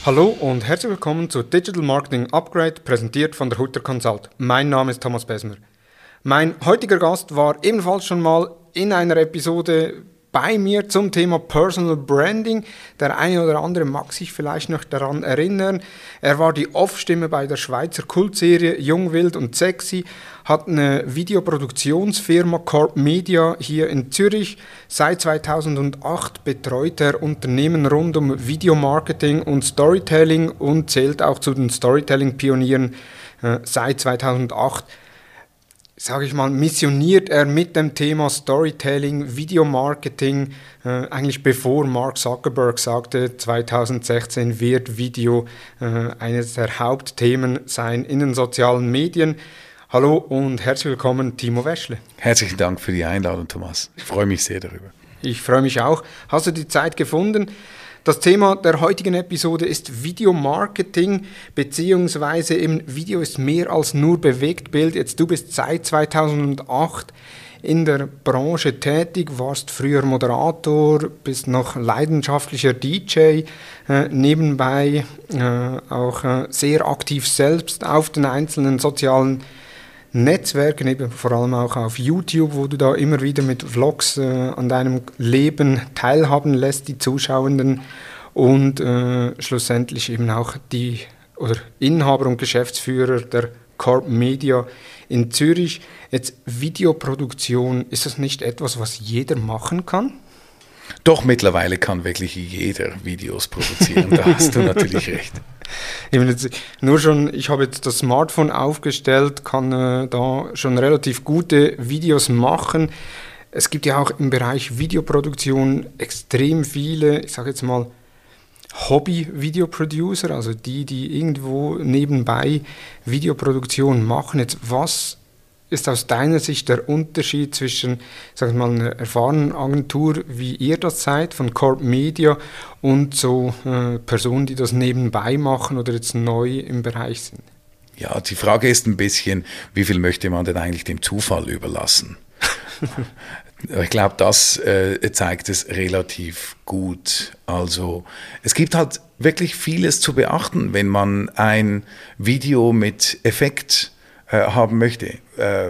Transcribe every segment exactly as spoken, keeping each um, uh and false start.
Hallo und herzlich willkommen zu Digital Marketing Upgrade, präsentiert von der Hutter Consult. Mein Name ist Thomas Besmer. Mein heutiger Gast war ebenfalls schon mal in einer Episode bei mir zum Thema Personal Branding. Der eine oder andere mag sich vielleicht noch daran erinnern. Er war die Off-Stimme bei der Schweizer Kultserie Jung, Wild und Sexy, hat eine Videoproduktionsfirma Corp Media hier in Zürich. Seit zweitausendacht betreut er Unternehmen rund um Videomarketing und Storytelling und zählt auch zu den Storytelling-Pionieren äh, seit zweitausendacht. Sage ich mal, missioniert er mit dem Thema Storytelling, Videomarketing, äh, eigentlich bevor Mark Zuckerberg sagte, zweitausendsechzehn wird Video äh, eines der Hauptthemen sein in den sozialen Medien. Hallo und herzlich willkommen, Timo Weschle. Herzlichen Dank für die Einladung, Thomas. Ich freue mich sehr darüber. Ich freue mich auch. Hast du die Zeit gefunden? Das Thema der heutigen Episode ist Videomarketing, beziehungsweise eben Video ist mehr als nur Bewegtbild. Jetzt du bist seit zweitausendacht in der Branche tätig, warst früher Moderator, bist noch leidenschaftlicher D J, äh, nebenbei äh, auch äh, sehr aktiv selbst auf den einzelnen sozialen Netzwerken, eben vor allem auch auf YouTube, wo du da immer wieder mit Vlogs äh, an deinem Leben teilhaben lässt, die Zuschauenden, und äh, schlussendlich eben auch die oder Inhaber und Geschäftsführer der Corp Media in Zürich. Jetzt Videoproduktion, ist das nicht etwas, was jeder machen kann? Doch, mittlerweile kann wirklich jeder Videos produzieren, da hast du natürlich recht. Ich meine jetzt nur schon, ich habe jetzt das Smartphone aufgestellt, kann äh, da schon relativ gute Videos machen. Es gibt ja auch im Bereich Videoproduktion extrem viele, ich sage jetzt mal, Hobby-Videoproducer, also die, die irgendwo nebenbei Videoproduktion machen. Jetzt, was ist aus deiner Sicht der Unterschied zwischen, sag ich mal, einer erfahrenen Agentur, wie ihr das seid, von Corp Media, und so äh, Personen, die das nebenbei machen oder jetzt neu im Bereich sind? Ja, die Frage ist ein bisschen, wie viel möchte man denn eigentlich dem Zufall überlassen? Ich glaube, das äh, zeigt es relativ gut. Also es gibt halt wirklich vieles zu beachten, wenn man ein Video mit Effekt äh, haben möchte. Äh,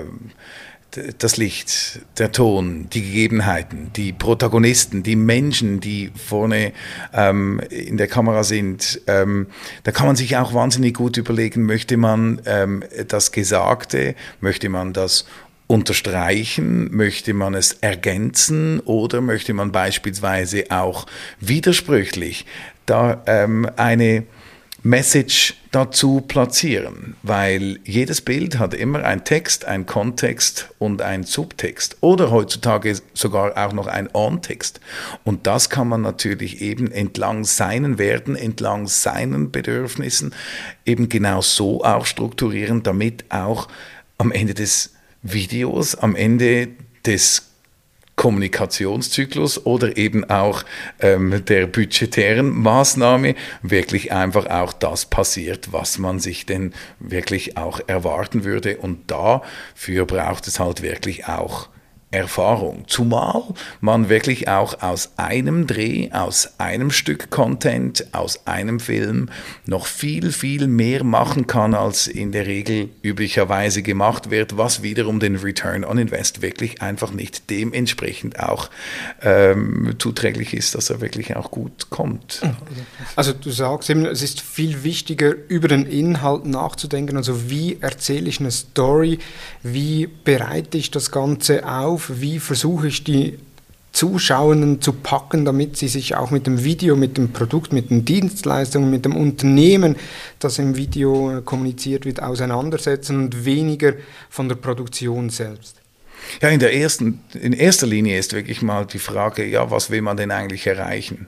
das Licht, der Ton, die Gegebenheiten, die Protagonisten, die Menschen, die vorne ähm, in der Kamera sind. Ähm, da kann man sich auch wahnsinnig gut überlegen, möchte man ähm, das Gesagte, möchte man das unterstreichen, möchte man es ergänzen oder möchte man beispielsweise auch widersprüchlich da ähm, eine Message dazu platzieren, weil jedes Bild hat immer einen Text, einen Kontext und einen Subtext oder heutzutage sogar auch noch einen On-Text. Und das kann man natürlich eben entlang seinen Werten, entlang seinen Bedürfnissen eben genau so auch strukturieren, damit auch am Ende des Videos, am Ende des Kommunikationszyklus oder eben auch ähm, der budgetären Maßnahme wirklich einfach auch das passiert, was man sich denn wirklich auch erwarten würde. Und dafür braucht es halt wirklich auch Erfahrung. Zumal man wirklich auch aus einem Dreh, aus einem Stück Content, aus einem Film noch viel, viel mehr machen kann, als in der Regel üblicherweise gemacht wird, was wiederum den Return on Invest wirklich einfach nicht dementsprechend auch ähm, zuträglich ist, dass er wirklich auch gut kommt. Also du sagst eben, es ist viel wichtiger, über den Inhalt nachzudenken, also wie erzähle ich eine Story, wie bereite ich das Ganze auf, wie versuche ich die Zuschauenden zu packen, damit sie sich auch mit dem Video, mit dem Produkt, mit den Dienstleistungen, mit dem Unternehmen, das im Video kommuniziert wird, auseinandersetzen und weniger von der Produktion selbst. Ja, in der ersten, in erster Linie ist wirklich mal die Frage, ja, was will man denn eigentlich erreichen?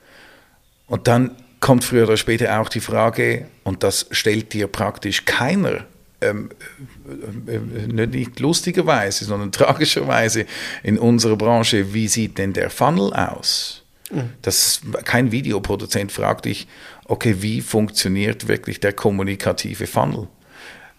Und dann kommt früher oder später auch die Frage, und das stellt dir praktisch keiner, Ähm, äh, nicht lustigerweise, sondern tragischerweise in unserer Branche, wie sieht denn der Funnel aus? Mhm. Das, kein Videoproduzent fragt dich, okay, wie funktioniert wirklich der kommunikative Funnel?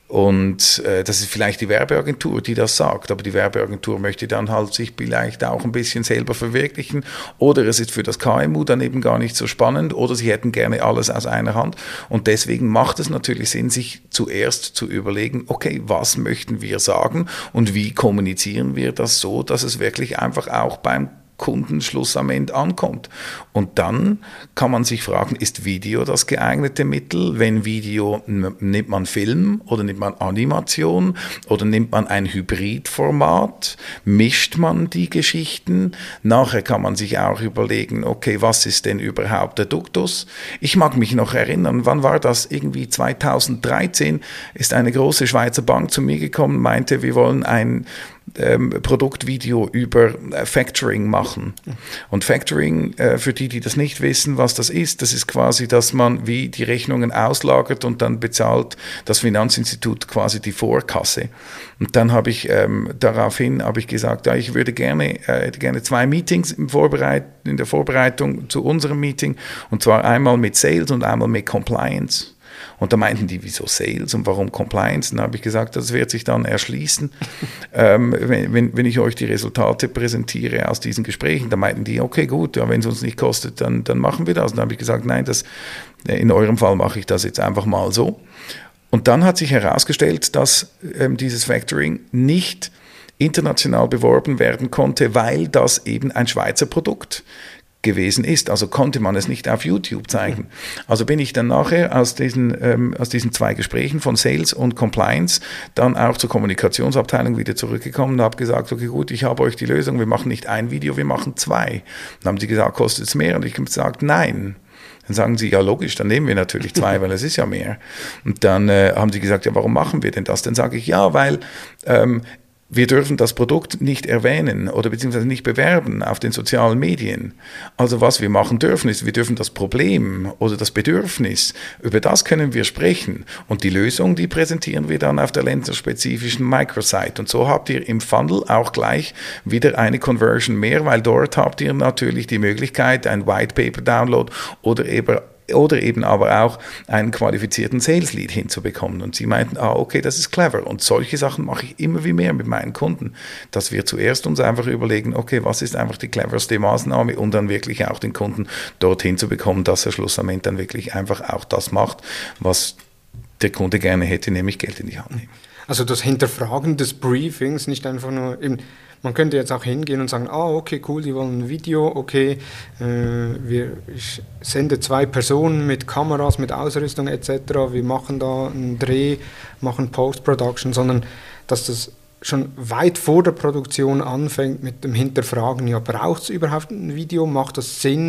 Und äh, das ist vielleicht die Werbeagentur, die das sagt, aber die Werbeagentur möchte dann halt sich vielleicht auch ein bisschen selber verwirklichen, oder es ist für das K M U dann eben gar nicht so spannend, oder sie hätten gerne alles aus einer Hand. Und deswegen macht es natürlich Sinn, sich zuerst zu überlegen, okay, was möchten wir sagen und wie kommunizieren wir das so, dass es wirklich einfach auch beim Kundenschluss am Ende ankommt. Und dann kann man sich fragen, ist Video das geeignete Mittel? Wenn Video, nimmt man Film oder nimmt man Animation oder nimmt man ein Hybridformat? Mischt man die Geschichten? Nachher kann man sich auch überlegen, okay, was ist denn überhaupt der Duktus? Ich mag mich noch erinnern, wann war das? Irgendwie zweitausenddreizehn ist eine große Schweizer Bank zu mir gekommen, meinte, wir wollen ein Ähm, Produktvideo über äh, Factoring machen. Und Factoring, äh, für die, die das nicht wissen, was das ist, das ist quasi, dass man wie die Rechnungen auslagert und dann bezahlt das Finanzinstitut quasi die Vorkasse. Und dann habe ich ähm, daraufhin habe ich gesagt, ja, ich würde gerne, äh, gerne zwei Meetings im Vorbereit in der Vorbereitung zu unserem Meeting, und zwar einmal mit Sales und einmal mit Compliance. Und da meinten die, wieso Sales und warum Compliance? Dann habe ich gesagt, das wird sich dann erschließen, ähm, wenn, wenn ich euch die Resultate präsentiere aus diesen Gesprächen. Da meinten die, okay, gut, ja, wenn es uns nicht kostet, dann, dann machen wir das. Und dann habe ich gesagt, nein, das, in eurem Fall mache ich das jetzt einfach mal so. Und dann hat sich herausgestellt, dass ähm, dieses Factoring nicht international beworben werden konnte, weil das eben ein Schweizer Produkt gewesen ist. Also konnte man es nicht auf YouTube zeigen. Also bin ich dann nachher aus diesen, ähm, aus diesen zwei Gesprächen von Sales und Compliance dann auch zur Kommunikationsabteilung wieder zurückgekommen und habe gesagt, okay, gut, ich habe euch die Lösung, wir machen nicht ein Video, wir machen zwei. Dann haben sie gesagt, kostet es mehr? Und ich habe gesagt, nein. Dann sagen sie, ja logisch, dann nehmen wir natürlich zwei, weil es ist ja mehr. Und dann äh, haben sie gesagt, ja, warum machen wir denn das? Dann sage ich, ja, weil ähm, wir dürfen das Produkt nicht erwähnen oder beziehungsweise nicht bewerben auf den sozialen Medien. Also was wir machen dürfen, ist, wir dürfen das Problem oder das Bedürfnis, über das können wir sprechen. Und die Lösung, die präsentieren wir dann auf der länderspezifischen Microsite. Und so habt ihr im Funnel auch gleich wieder eine Conversion mehr, weil dort habt ihr natürlich die Möglichkeit, ein White Paper Download oder eben oder eben aber auch einen qualifizierten Sales Lead hinzubekommen. Und sie meinten, ah, okay, das ist clever. Und solche Sachen mache ich immer wie mehr mit meinen Kunden, dass wir zuerst uns einfach überlegen, okay, was ist einfach die cleverste Maßnahme, um dann wirklich auch den Kunden dorthin zu bekommen, dass er schlussendlich dann wirklich einfach auch das macht, was der Kunde gerne hätte, nämlich Geld in die Hand nehmen. Also das Hinterfragen des Briefings, nicht einfach nur eben, man könnte jetzt auch hingehen und sagen, ah, okay, cool, die wollen ein Video, okay, äh, wir, ich sende zwei Personen mit Kameras, mit Ausrüstung et cetera, wir machen da einen Dreh, machen Post-Production, sondern dass das schon weit vor der Produktion anfängt mit dem Hinterfragen, ja, braucht es überhaupt ein Video, macht das Sinn?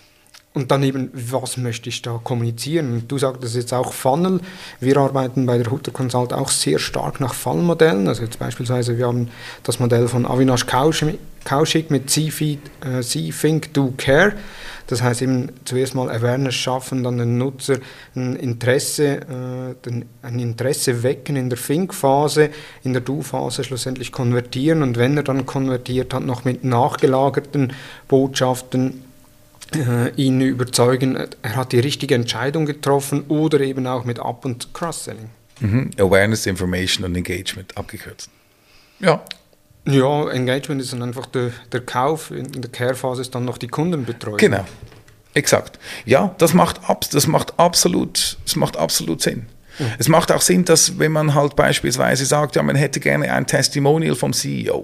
Und dann eben, was möchte ich da kommunizieren? Und du sagtest jetzt auch Funnel. Wir arbeiten bei der Hutter Consult auch sehr stark nach Funnel-Modellen. Also jetzt beispielsweise, wir haben das Modell von Avinash Kaushik mit See, äh, See, Think, Do, Care. Das heißt eben zuerst mal Awareness schaffen, dann den Nutzer ein Interesse, äh, den, ein Interesse wecken in der Think-Phase, in der Do-Phase schlussendlich konvertieren. Und wenn er dann konvertiert hat, noch mit nachgelagerten Botschaften, ihn überzeugen, er hat die richtige Entscheidung getroffen oder eben auch mit Up- und Cross-Selling. Mhm. Awareness, Information und Engagement, abgekürzt. Ja. Ja, Engagement ist dann einfach der, der Kauf, in der Care-Phase ist dann noch die Kundenbetreuung. Genau, exakt. Ja, das macht, ab, das macht, absolut, das macht absolut Sinn. Mhm. Es macht auch Sinn, dass wenn man halt beispielsweise sagt, ja, man hätte gerne ein Testimonial vom C E O.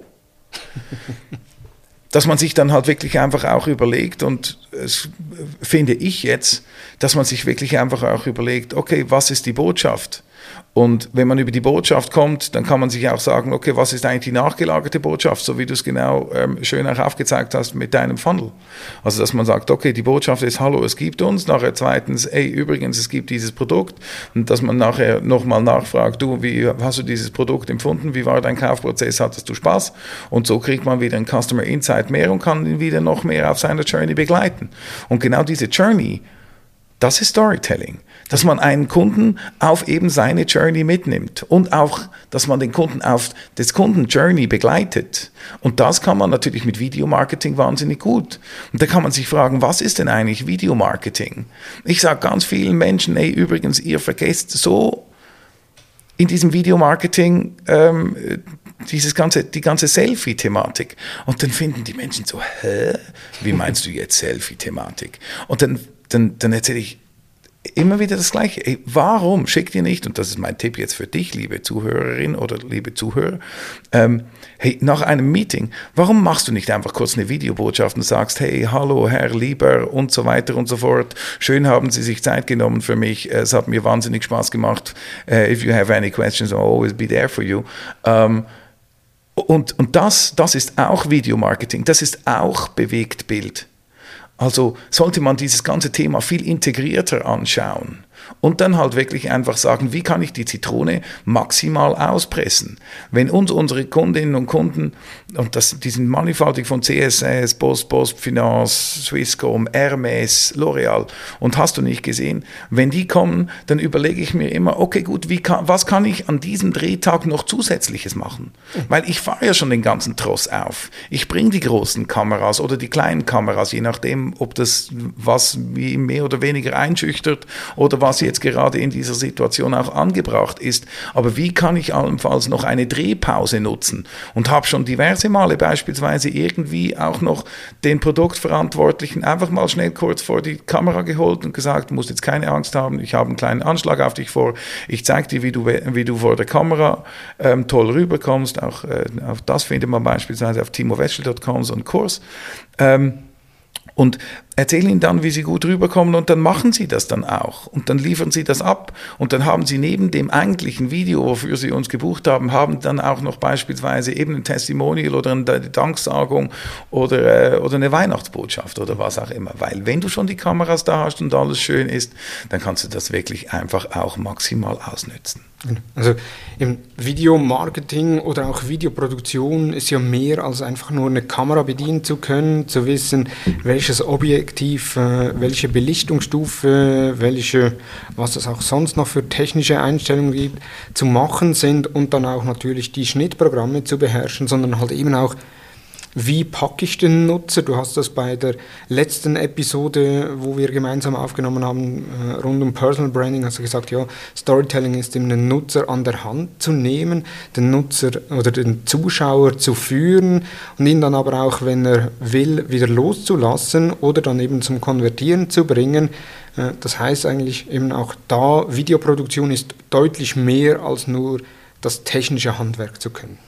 Dass man sich dann halt wirklich einfach auch überlegt, und das finde ich jetzt, dass man sich wirklich einfach auch überlegt, okay, was ist die Botschaft? Und wenn man über die Botschaft kommt, dann kann man sich auch sagen, okay, was ist eigentlich die nachgelagerte Botschaft, so wie du es genau ähm, schön auch aufgezeigt hast mit deinem Funnel. Also, dass man sagt, okay, die Botschaft ist, hallo, es gibt uns, nachher zweitens, ey, übrigens, es gibt dieses Produkt, und dass man nachher nochmal nachfragt, du, wie hast du dieses Produkt empfunden, wie war dein Kaufprozess, hattest du Spaß? Und so kriegt man wieder ein Customer Insight mehr und kann ihn wieder noch mehr auf seiner Journey begleiten. Und genau diese Journey, das ist Storytelling, dass man einen Kunden auf eben seine Journey mitnimmt und auch, dass man den Kunden auf das Kunden-Journey begleitet. Und das kann man natürlich mit Videomarketing wahnsinnig gut. Und da kann man sich fragen, was ist denn eigentlich Videomarketing? Ich sage ganz vielen Menschen, hey, übrigens, ihr vergesst so in diesem Videomarketing ähm, dieses ganze, die ganze Selfie-Thematik. Und dann finden die Menschen so, hä? Wie meinst du jetzt Selfie-Thematik? Und dann, dann, dann erzähle ich immer wieder das Gleiche. Ey, warum schickt ihr nicht, und das ist mein Tipp jetzt für dich, liebe Zuhörerin oder liebe Zuhörer, ähm, hey, nach einem Meeting, warum machst du nicht einfach kurz eine Videobotschaft und sagst, hey, hallo, Herr Lieber und so weiter und so fort. Schön haben Sie sich Zeit genommen für mich. Es hat mir wahnsinnig Spaß gemacht. Uh, if you have any questions, I'll always be there for you. Um, und und das, das ist auch Videomarketing. Das ist auch Bewegtbild. Also sollte man dieses ganze Thema viel integrierter anschauen und dann halt wirklich einfach sagen, wie kann ich die Zitrone maximal auspressen? Wenn uns unsere Kundinnen und Kunden, und das, die sind mannigfaltig von C S S, Post, PostFinance, Swisscom, Hermes, L'Oreal und hast du nicht gesehen, wenn die kommen, dann überlege ich mir immer, okay gut, wie kann, was kann ich an diesem Drehtag noch Zusätzliches machen? Weil ich fahre ja schon den ganzen Tross auf. Ich bringe die großen Kameras oder die kleinen Kameras, je nachdem, ob das was wie mehr oder weniger einschüchtert oder was jetzt gerade in dieser Situation auch angebracht ist. Aber wie kann ich allenfalls noch eine Drehpause nutzen? Und habe schon diverse Male beispielsweise irgendwie auch noch den Produktverantwortlichen einfach mal schnell kurz vor die Kamera geholt und gesagt, du musst jetzt keine Angst haben, ich habe einen kleinen Anschlag auf dich vor, ich zeige dir, wie du, wie du vor der Kamera ähm, toll rüberkommst. Auch, äh, auch das findet man beispielsweise auf timo wetschel punkt com, so einen Kurs. Ähm, Und erzählen ihnen dann, wie sie gut rüberkommen und dann machen sie das dann auch. Und dann liefern sie das ab und dann haben sie neben dem eigentlichen Video, wofür sie uns gebucht haben, haben dann auch noch beispielsweise eben ein Testimonial oder eine Danksagung oder, äh, oder eine Weihnachtsbotschaft oder was auch immer. Weil wenn du schon die Kameras da hast und alles schön ist, dann kannst du das wirklich einfach auch maximal ausnutzen. Also im Videomarketing oder auch Videoproduktion ist ja mehr als einfach nur eine Kamera bedienen zu können, zu wissen, welches Objektiv, äh, welche Belichtungsstufe, welche, was es auch sonst noch für technische Einstellungen gibt, zu machen sind und dann auch natürlich die Schnittprogramme zu beherrschen, sondern halt eben auch, wie packe ich den Nutzer? Du hast das bei der letzten Episode, wo wir gemeinsam aufgenommen haben, äh, rund um Personal Branding, hast du gesagt, ja, Storytelling ist eben den Nutzer an der Hand zu nehmen, den Nutzer oder den Zuschauer zu führen und ihn dann aber auch, wenn er will, wieder loszulassen oder dann eben zum Konvertieren zu bringen. Äh, das heißt eigentlich eben auch da, Videoproduktion ist deutlich mehr als nur das technische Handwerk zu können.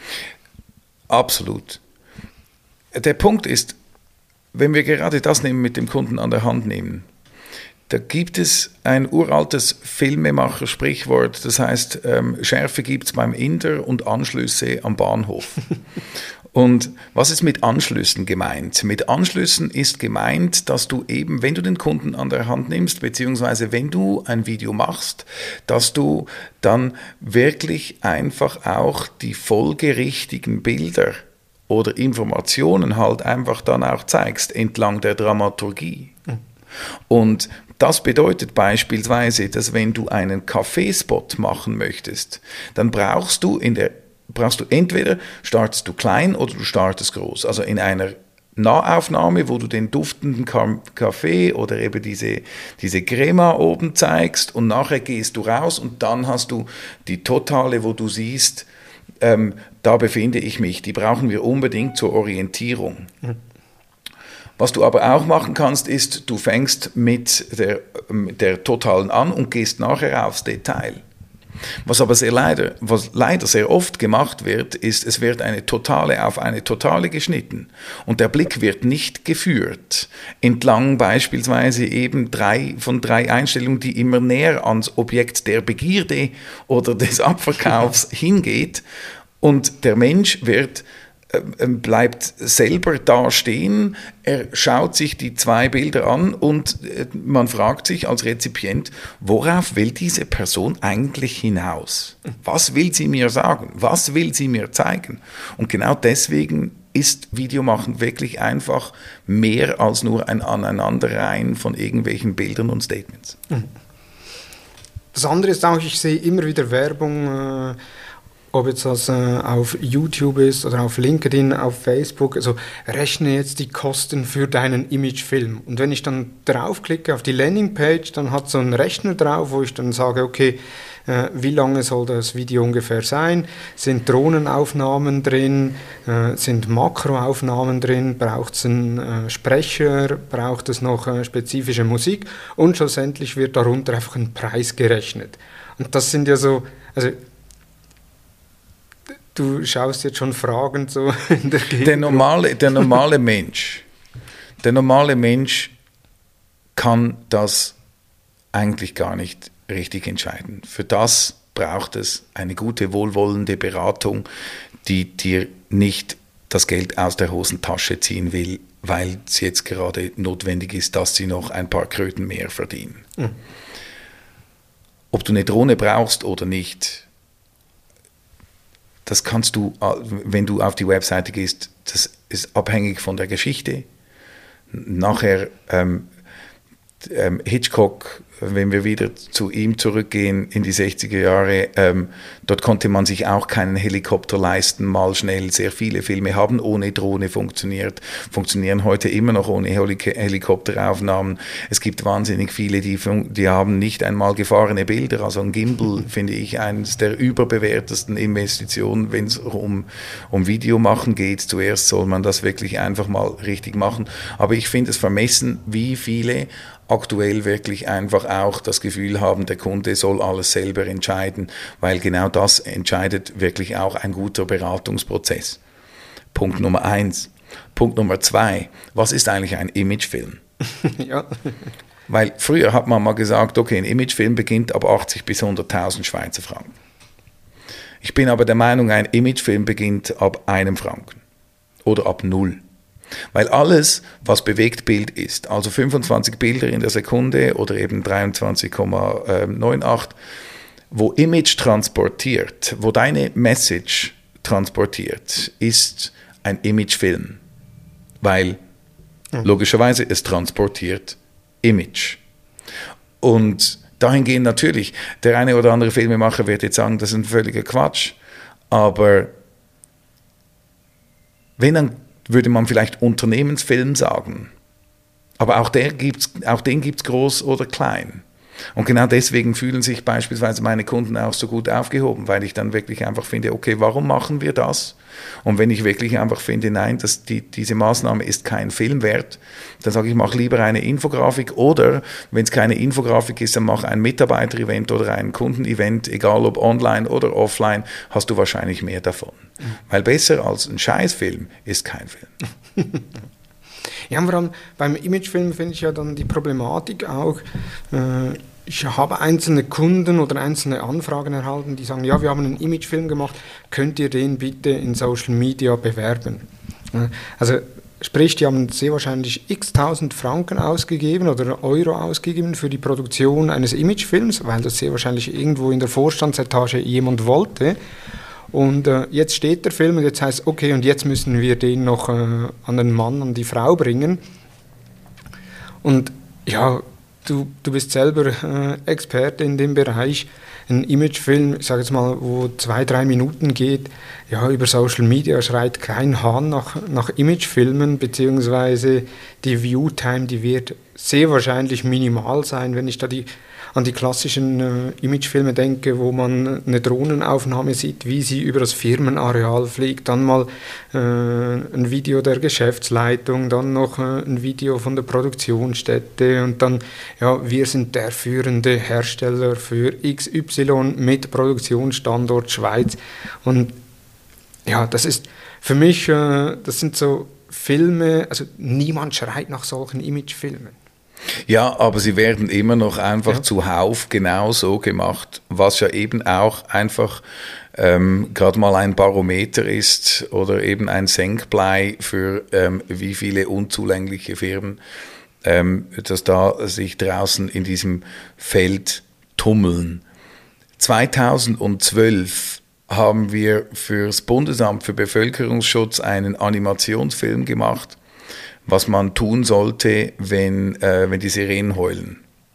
Absolut. Der Punkt ist, wenn wir gerade das nehmen mit dem Kunden an der Hand nehmen, da gibt es ein uraltes Filmemacher-Sprichwort, das heißt, ähm, Schärfe gibt es beim Inder und Anschlüsse am Bahnhof. Und was ist mit Anschlüssen gemeint? Mit Anschlüssen ist gemeint, dass du eben, wenn du den Kunden an der Hand nimmst, beziehungsweise wenn du ein Video machst, dass du dann wirklich einfach auch die folgerichtigen Bilder oder Informationen halt einfach dann auch zeigst, entlang der Dramaturgie. Mhm. Und das bedeutet beispielsweise, dass wenn du einen Kaffeespot machen möchtest, dann brauchst du in der, brauchst du entweder startest du klein oder du startest groß. Also in einer Nahaufnahme, wo du den duftenden Kaffee oder eben diese, diese Crema oben zeigst und nachher gehst du raus und dann hast du die Totale, wo du siehst, Ähm, da befinde ich mich, die brauchen wir unbedingt zur Orientierung. Mhm. Was du aber auch machen kannst, ist, du fängst mit der, der Totalen an und gehst nachher aufs Detail. Was aber sehr leider, was leider sehr oft gemacht wird, ist, es wird eine Totale auf eine Totale geschnitten und der Blick wird nicht geführt entlang beispielsweise eben drei von drei Einstellungen, die immer näher ans Objekt der Begierde oder des Abverkaufs hingeht und der Mensch wird bleibt selber da stehen, er schaut sich die zwei Bilder an und man fragt sich als Rezipient, worauf will diese Person eigentlich hinaus? Was will sie mir sagen? Was will sie mir zeigen? Und genau deswegen ist Videomachen wirklich einfach mehr als nur ein Aneinanderreihen von irgendwelchen Bildern und Statements. Das andere ist auch, ich sehe immer wieder Werbung, äh ob jetzt das äh, auf YouTube ist oder auf LinkedIn, auf Facebook, also rechne jetzt die Kosten für deinen Imagefilm. Und wenn ich dann draufklicke auf die Landingpage, dann hat so ein Rechner drauf, wo ich dann sage, okay, Äh, wie lange soll das Video ungefähr sein? Sind Drohnenaufnahmen drin? Äh, sind Makroaufnahmen drin? Braucht es einen äh, Sprecher? Braucht es noch äh, spezifische Musik? Und schlussendlich wird darunter einfach ein Preis gerechnet. Und das sind ja so, also du schaust jetzt schon fragend so in der Gegend. Der normale, der normale Mensch, der normale Mensch kann das eigentlich gar nicht richtig entscheiden. Für das braucht es eine gute, wohlwollende Beratung, die dir nicht das Geld aus der Hosentasche ziehen will, weil es jetzt gerade notwendig ist, dass sie noch ein paar Kröten mehr verdienen. Mhm. Ob du eine Drohne brauchst oder nicht, das kannst du, wenn du auf die Webseite gehst, das ist abhängig von der Geschichte. Nachher ähm, ähm, Hitchcock, wenn wir wieder zu ihm zurückgehen in die sechziger Jahre, ähm, dort konnte man sich auch keinen Helikopter leisten, mal schnell. Sehr viele Filme haben ohne Drohne funktioniert, funktionieren heute immer noch ohne Helik- Helikopteraufnahmen. Es gibt wahnsinnig viele, die, die haben nicht einmal gefahrene Bilder. Also ein Gimbal finde ich eines der überbewertesten Investitionen, wenn es um, um Videomachen geht. Zuerst soll man das wirklich einfach mal richtig machen. Aber ich finde es vermessen, wie viele aktuell wirklich einfach auch das Gefühl haben, der Kunde soll alles selber entscheiden, weil genau das entscheidet wirklich auch ein guter Beratungsprozess. Punkt Nummer eins. Punkt Nummer zwei, was ist eigentlich ein Imagefilm? Ja. Weil früher hat man mal gesagt, okay, ein Imagefilm beginnt ab achtzig bis hunderttausend Schweizer Franken. Ich bin aber der Meinung, ein Imagefilm beginnt ab einem Franken oder ab null. Weil alles, was Bewegtbild ist, also fünfundzwanzig Bilder in der Sekunde oder eben dreiundzwanzig Komma achtundneunzig, wo Image transportiert, wo deine Message transportiert, ist ein Imagefilm. Weil mhm. logischerweise es transportiert Image. Und dahingehend natürlich, der eine oder andere Filmemacher wird jetzt sagen, das ist ein völliger Quatsch, aber wenn dann würde man vielleicht Unternehmensfilm sagen. Aber auch, der gibt's, auch den gibt es groß oder klein. Und genau deswegen fühlen sich beispielsweise meine Kunden auch so gut aufgehoben, weil ich dann wirklich einfach finde, okay, warum machen wir das? Und wenn ich wirklich einfach finde, nein, das, die, diese Maßnahme ist kein Film wert, dann sage ich, mach lieber eine Infografik oder, wenn es keine Infografik ist, dann mach ein Mitarbeiter-Event oder ein Kundenevent, egal ob online oder offline, hast du wahrscheinlich mehr davon. Mhm. Weil besser als ein Scheißfilm ist kein Film. Ja, vor allem beim Imagefilm finde ich ja dann die Problematik auch, äh, ich habe einzelne Kunden oder einzelne Anfragen erhalten, die sagen, ja, wir haben einen Imagefilm gemacht, könnt ihr den bitte in Social Media bewerben? Also sprich, die haben sehr wahrscheinlich x tausend Franken ausgegeben oder Euro ausgegeben für die Produktion eines Imagefilms, weil das sehr wahrscheinlich irgendwo in der Vorstandsetage jemand wollte. Und äh, jetzt steht der Film und jetzt heißt es, okay, und jetzt müssen wir den noch äh, an den Mann, an die Frau bringen. Und ja, du, du bist selber äh, Experte in dem Bereich. Ein Imagefilm, ich sage jetzt mal, wo zwei, drei Minuten geht, ja, über Social Media schreit kein Hahn nach, nach Imagefilmen, beziehungsweise die Viewtime, die wird sehr wahrscheinlich minimal sein, wenn ich da die an die klassischen äh, Imagefilme denke, wo man eine Drohnenaufnahme sieht, wie sie über das Firmenareal fliegt, dann mal äh, ein Video der Geschäftsleitung, dann noch äh, ein Video von der Produktionsstätte und dann, ja, wir sind der führende Hersteller für X Y mit Produktionsstandort Schweiz. Und ja, das ist für mich, äh, das sind so Filme, also niemand schreit nach solchen Imagefilmen. Ja, aber sie werden immer noch einfach ja. zuhauf genau so gemacht, was ja eben auch einfach ähm, gerade mal ein Barometer ist oder eben ein Senkblei für ähm, wie viele unzulängliche Firmen, ähm, dass da sich draußen in diesem Feld tummeln. zweitausendzwölf haben wir fürs Bundesamt für Bevölkerungsschutz einen Animationsfilm gemacht, was man tun sollte, wenn, äh, wenn die Sirenen heulen.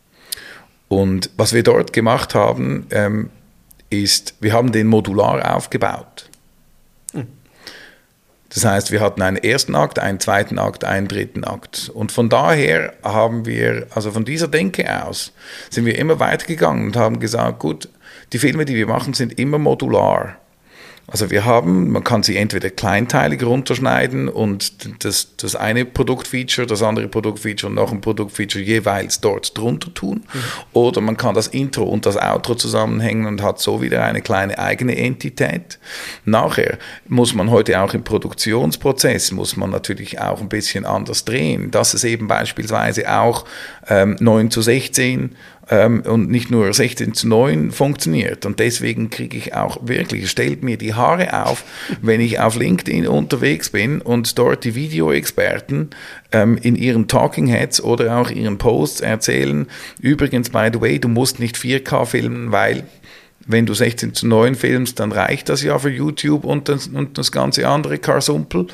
Und was wir dort gemacht haben, ähm, ist, wir haben den modular aufgebaut. Mhm. Das heißt, wir hatten einen ersten Akt, einen zweiten Akt, einen dritten Akt. Und von daher haben wir, also von dieser Denke aus, sind wir immer weitergegangen und haben gesagt, gut, die Filme, die wir machen, sind immer modular. Also wir haben, man kann sie entweder kleinteilig runterschneiden und das, das eine Produktfeature, das andere Produktfeature und noch ein Produktfeature jeweils dort drunter tun. Mhm. Oder man kann das Intro und das Outro zusammenhängen und hat so wieder eine kleine eigene Entität. Nachher muss man heute auch im Produktionsprozess, muss man natürlich auch ein bisschen anders drehen, dass es eben beispielsweise auch ähm, neun zu sechzehn Ähm, und nicht nur sechzehn zu neun funktioniert. Und deswegen kriege ich auch wirklich, es stellt mir die Haare auf, wenn ich auf LinkedIn unterwegs bin und dort die Videoexperten ähm, in ihren Talking Heads oder auch ihren Posts erzählen, übrigens, by the way, du musst nicht vier K filmen, weil wenn du sechzehn zu neun filmst, dann reicht das ja für YouTube und das, und das ganze andere Karsumpel.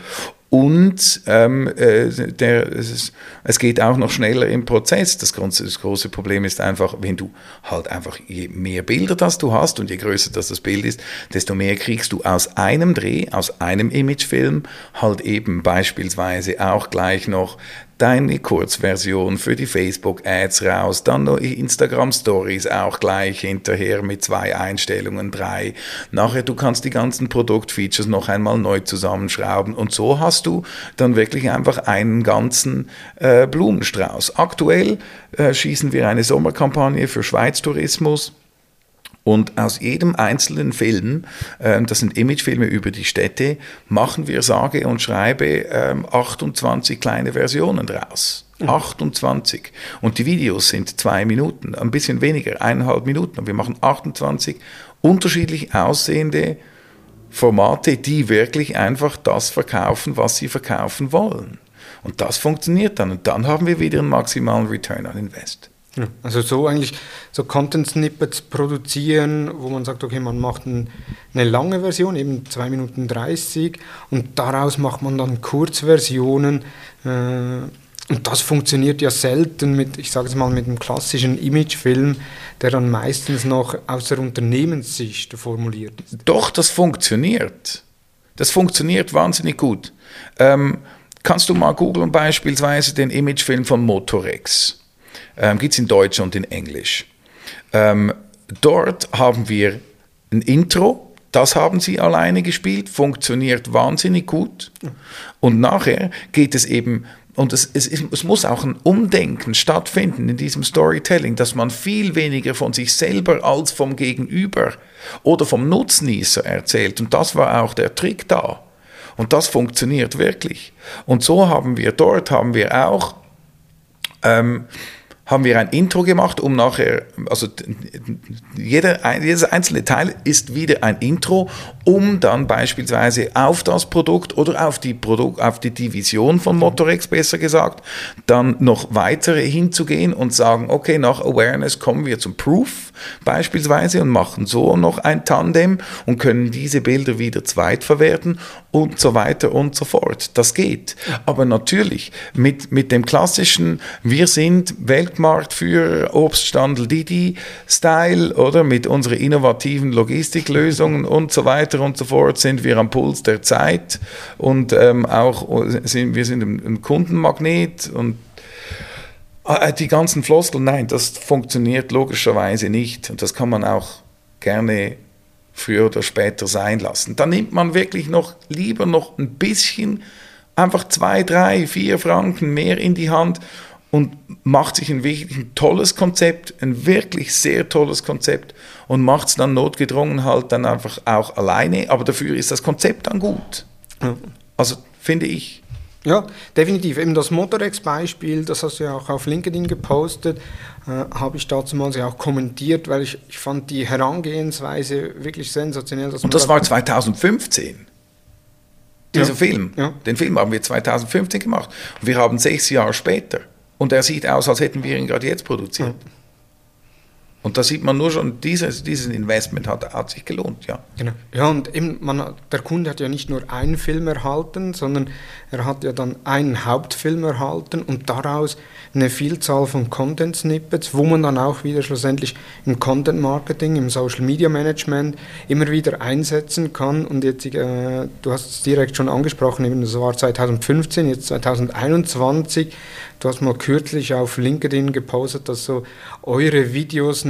Und ähm, äh, der, es, ist, es geht auch noch schneller im Prozess. Das große, das große Problem ist einfach, wenn du halt einfach, je mehr Bilder das du hast und je größer das das Bild ist, desto mehr kriegst du aus einem Dreh, aus einem Imagefilm halt eben beispielsweise auch gleich noch deine Kurzversion für die Facebook-Ads raus, dann noch Instagram-Stories auch gleich hinterher mit zwei Einstellungen, drei. Nachher, du kannst die ganzen Produktfeatures noch einmal neu zusammenschrauben und so hast du dann wirklich einfach einen ganzen äh, Blumenstrauß. Aktuell äh, schießen wir eine Sommerkampagne für Schweiz Tourismus. Und aus jedem einzelnen Film, äh, das sind Imagefilme über die Städte, machen wir sage und schreibe äh, achtundzwanzig kleine Versionen draus. Mhm. achtundzwanzig. Und die Videos sind zwei Minuten, ein bisschen weniger, eineinhalb Minuten. Und wir machen achtundzwanzig unterschiedlich aussehende Formate, die wirklich einfach das verkaufen, was sie verkaufen wollen. Und das funktioniert dann. Und dann haben wir wieder einen maximalen Return on Invest. Ja, also so eigentlich so Content-Snippets produzieren, wo man sagt, okay, man macht ein, eine lange Version, eben zwei Minuten dreißig und daraus macht man dann Kurzversionen äh, und das funktioniert ja selten mit, ich sage es mal, mit einem klassischen Imagefilm, der dann meistens noch aus der Unternehmenssicht formuliert ist. Doch, das funktioniert. Das funktioniert wahnsinnig gut. Ähm, kannst du mal googeln beispielsweise den Imagefilm von Motorex? Ähm, gibt es in Deutsch und in Englisch. Ähm, dort haben wir ein Intro, das haben sie alleine gespielt, funktioniert wahnsinnig gut. Und nachher geht es eben, und es, es, es muss auch ein Umdenken stattfinden in diesem Storytelling, dass man viel weniger von sich selber als vom Gegenüber oder vom Nutznießer erzählt. Und das war auch der Trick da. Und das funktioniert wirklich. Und so haben wir dort, haben wir auch ähm, haben wir ein Intro gemacht, um nachher, also jeder, jedes einzelne Teil ist wieder ein Intro, um dann beispielsweise auf das Produkt oder auf die, Produkt, auf die Division von Motorex, besser gesagt, dann noch weiter hinzugehen und sagen, okay, nach Awareness kommen wir zum Proof beispielsweise und machen so noch ein Tandem und können diese Bilder wieder zweitverwerten und so weiter und so fort. Das geht. Aber natürlich mit, mit dem klassischen, wir sind Weltmarkt für Obststandel Didi-Style oder mit unseren innovativen Logistiklösungen und so weiter und so fort sind wir am Puls der Zeit und ähm, auch sind, wir sind ein, ein Kundenmagnet und äh, die ganzen Floskeln, nein, das funktioniert logischerweise nicht und das kann man auch gerne früher oder später sein lassen. Dann nimmt man wirklich noch lieber noch ein bisschen, einfach zwei, drei, vier Franken mehr in die Hand und macht sich ein wirklich ein tolles Konzept, ein wirklich sehr tolles Konzept und macht es dann notgedrungen halt dann einfach auch alleine, aber dafür ist das Konzept dann gut. Ja. Also finde ich. Ja, definitiv. Eben das Motorex-Beispiel, das hast du ja auch auf LinkedIn gepostet, äh, habe ich damals ja auch kommentiert, weil ich, ich fand die Herangehensweise wirklich sensationell. Dass und das war zwanzig fünfzehn. Dieser ja. Film. Ja. Den Film haben wir zwanzig fünfzehn gemacht. Und wir haben sechs Jahre später. Und er sieht aus, als hätten wir ihn gerade jetzt produziert. Ja. Und da sieht man nur schon, dieses, dieses Investment hat, hat sich gelohnt, ja. Genau. Ja, und eben man, der Kunde hat ja nicht nur einen Film erhalten, sondern er hat ja dann einen Hauptfilm erhalten und daraus eine Vielzahl von Content-Snippets, wo man dann auch wieder schlussendlich im Content-Marketing, im Social-Media-Management immer wieder einsetzen kann. Und jetzt, äh, du hast es direkt schon angesprochen, eben das war zwanzig fünfzehn, jetzt zwanzig einundzwanzig. Du hast mal kürzlich auf LinkedIn gepostet, dass so eure Videos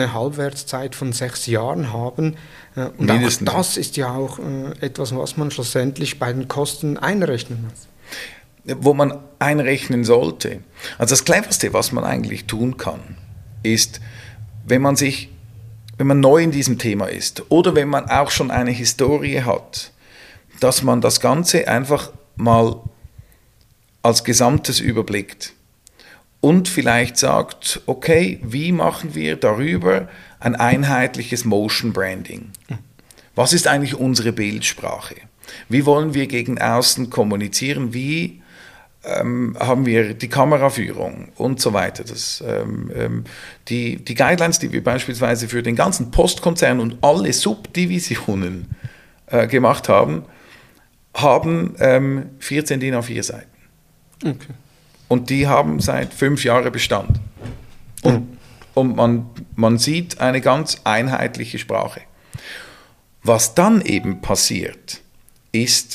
eine Halbwertszeit von sechs Jahren haben. Äh, und Mindestens. auch das ist ja auch äh, etwas, was man schlussendlich bei den Kosten einrechnen muss. Wo man einrechnen sollte. Also das Cleverste, was man eigentlich tun kann, ist, wenn man sich, wenn man neu in diesem Thema ist oder wenn man auch schon eine Historie hat, dass man das Ganze einfach mal als Gesamtes überblickt und vielleicht sagt, okay, wie machen wir darüber ein einheitliches Motion Branding? Was ist eigentlich unsere Bildsprache? Wie wollen wir gegen außen kommunizieren? Wie ähm, haben wir die Kameraführung und so weiter? Das, ähm, ähm, die, die Guidelines, die wir beispielsweise für den ganzen Postkonzern und alle Subdivisionen äh, gemacht haben, haben ähm, vierzehn DIN A vier Seiten. Okay. Und die haben seit fünf Jahren Bestand. Und, mhm. und man, man sieht eine ganz einheitliche Sprache. Was dann eben passiert, ist,